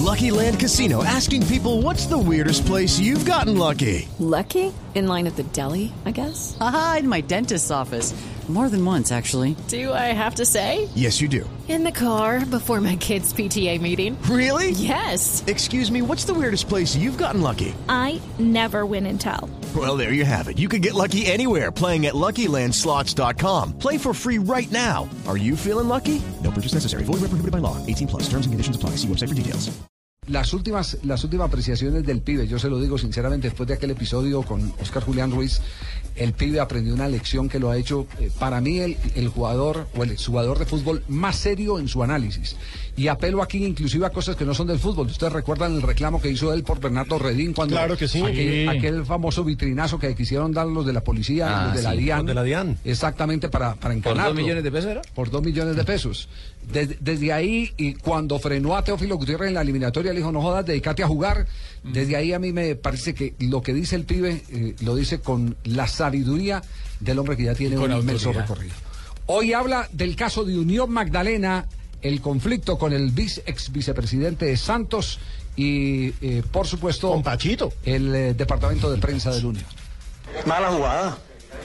Lucky Land Casino, asking people, what's the weirdest place you've gotten lucky? Lucky? In line at the deli, I guess? Aha, in my dentist's office. More than once, actually. Do I have to say? Yes, you do. In the car before my kids' PTA meeting. Really? Yes. Excuse me, what's the weirdest place you've gotten lucky? I never win and tell. Well, there you have it. You can get lucky anywhere, playing at LuckyLandSlots.com. Play for free right now. Are you feeling lucky? No purchase necessary. Void where prohibited by law. 18+. Terms and conditions apply. See website for details. Las últimas apreciaciones del pibe, yo se lo digo sinceramente, después de aquel episodio con Oscar Julián Ruiz, el pibe aprendió una lección que lo ha hecho, para mí, el jugador o el exjugador de fútbol más serio en su análisis. Y apelo aquí inclusive a cosas que no son del fútbol. Ustedes recuerdan el reclamo que hizo él por Bernardo Redín cuando claro que sí. aquel famoso vitrinazo que quisieron dar los de la policía, los de la DIAN. Los de la DIAN. Exactamente, para encanarlo. ¿Por 2 millones de pesos era? Por 2 millones de pesos. Desde ahí, y cuando frenó a Teófilo Gutiérrez en la eliminatoria, le dijo, no jodas, dedícate a jugar. Desde ahí a mí me parece que lo que dice el pibe, lo dice con la sabiduría del hombre que ya tiene un inmenso recorrido. Hoy habla del caso de Unión Magdalena, el conflicto con el ex vicepresidente de Santos y, por supuesto, con Pachito, el departamento de prensa del Unión. Mala jugada,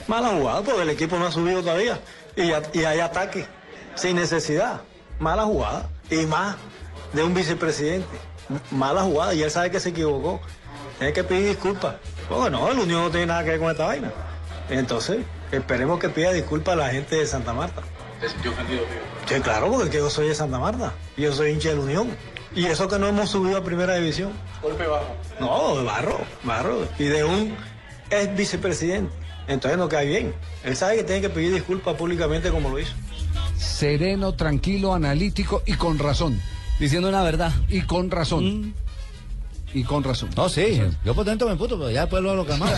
porque el equipo no ha subido todavía y hay ataque sin necesidad. Mala jugada y más de un vicepresidente. Mala jugada y él sabe que se equivocó. Tiene que pedir disculpas. Bueno, no, el Unión no tiene nada que ver con esta vaina. Entonces, esperemos que pida disculpas a la gente de Santa Marta. ¿Te sintió ofendido, tío? Sí, claro, porque yo soy de Santa Marta. Y yo soy hincha de la Unión. Y eso que no hemos subido a primera división. Golpe bajo. No, de barro. Y de un ex vicepresidente. Entonces no queda bien. Él sabe que tiene que pedir disculpas públicamente como lo hizo. Sereno, tranquilo, analítico y con razón. Diciendo una verdad. Y con razón. Y con razón. No, sí, yo por dentro me puto, pero ya después lo calmamos.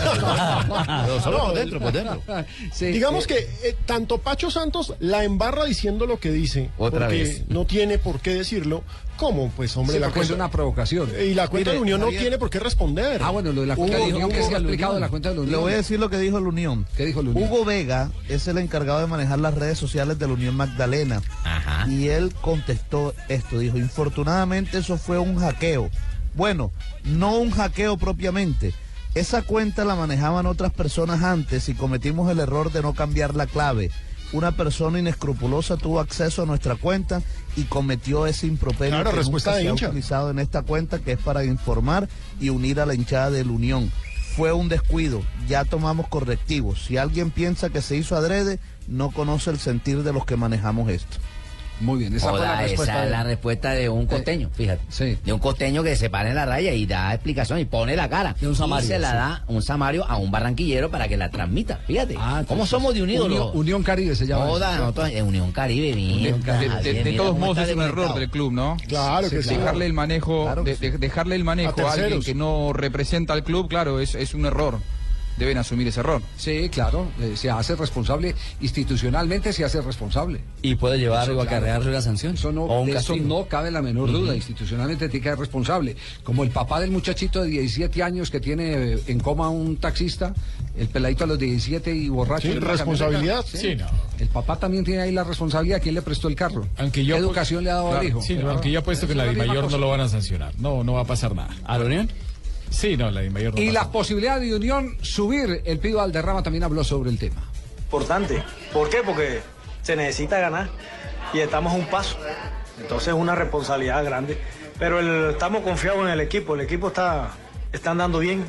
Pero solo por dentro. Sí, digamos que tanto Pacho Santos la embarra diciendo lo que dice. Otra porque vez. No tiene por qué decirlo. ¿Cómo? Pues, hombre, Sí, la cuenta es una provocación. Y la cuenta de Unión no tiene por qué responder. Ah, bueno, lo de la cuenta de Unión, que se ha explicado de la cuenta de la Unión. Le voy a decir lo que dijo la Unión. ¿Qué dijo la Unión? Hugo Vega es el encargado de manejar las redes sociales de la Unión Magdalena. Ajá. Y él contestó esto, dijo, infortunadamente eso fue un hackeo. Bueno, no un hackeo propiamente. Esa cuenta la manejaban otras personas antes y cometimos el error de no cambiar la clave. Una persona inescrupulosa tuvo acceso a nuestra cuenta y cometió ese improperio claro, que respuesta nunca de se ha hincha. utilizado en esta cuenta, que es para informar y unir a la hinchada de la Unión. Fue un descuido, ya tomamos correctivos. Si alguien piensa que se hizo adrede, no conoce el sentir de los que manejamos esto. Muy bien, esa fue la respuesta. Esa es la respuesta de un costeño, fíjate. Sí. De un costeño que se para en la raya y da explicación y pone la cara. De un samario, y se la da un samario a un barranquillero para que la transmita. Fíjate. ¿Cómo somos de unidos? Unión Caribe se llama. Nosotros en Unión Caribe, mira. De todos modos es un error del club, ¿no? Claro que sí. Dejarle el manejo, Claro que sí. dejarle el manejo a alguien que no representa al club, claro, es un error. Deben asumir ese error. Sí, claro, se hace responsable, institucionalmente se hace responsable. Y puede llevar Eso, o acarrearle una sanción. Eso no cabe la menor duda, institucionalmente tiene que ser responsable. Como el papá del muchachito de 17 años que tiene en coma un taxista, el peladito a los 17 y borracho. Sí, responsabilidad. Sí, no. El papá también tiene ahí la responsabilidad. ¿Quién le prestó el carro? Aunque yo ¿Qué educación le ha dado al hijo? Sí, aunque yo apuesto que la DIMAYOR no lo van a sancionar. No va a pasar nada. ¿A la Unión? Sí, no, la DIMAYOR no Y pasa las nada. posibilidades de Unión subir. El Pío Valderrama también habló sobre el tema. Importante. ¿Por qué? Porque se necesita ganar y estamos a un paso. Entonces es una responsabilidad grande. Pero estamos confiados en el equipo está andando bien.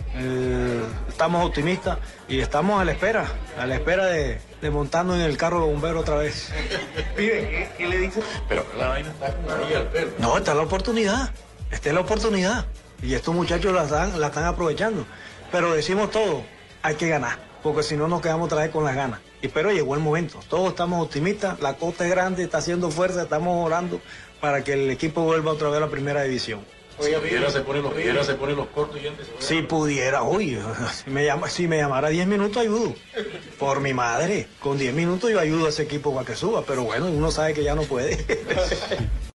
Estamos optimistas y estamos a la espera de montarnos en el carro de los bomberos otra vez. Pibe, ¿qué le dices? Pero la vaina está con anillo al pelo. No, esta es la oportunidad. Esta es la oportunidad. Y estos muchachos la están aprovechando. Pero decimos todo, hay que ganar, porque si no nos quedamos otra vez con las ganas. Pero llegó el momento, todos estamos optimistas, la costa es grande, está haciendo fuerza, estamos orando para que el equipo vuelva otra vez a la primera división. Oye, Piedra se pone los cortos y antes. Si pudiera, oye, si me llamara 10 minutos ayudo. Por mi madre, con 10 minutos yo ayudo a ese equipo para que suba, pero bueno, uno sabe que ya no puede.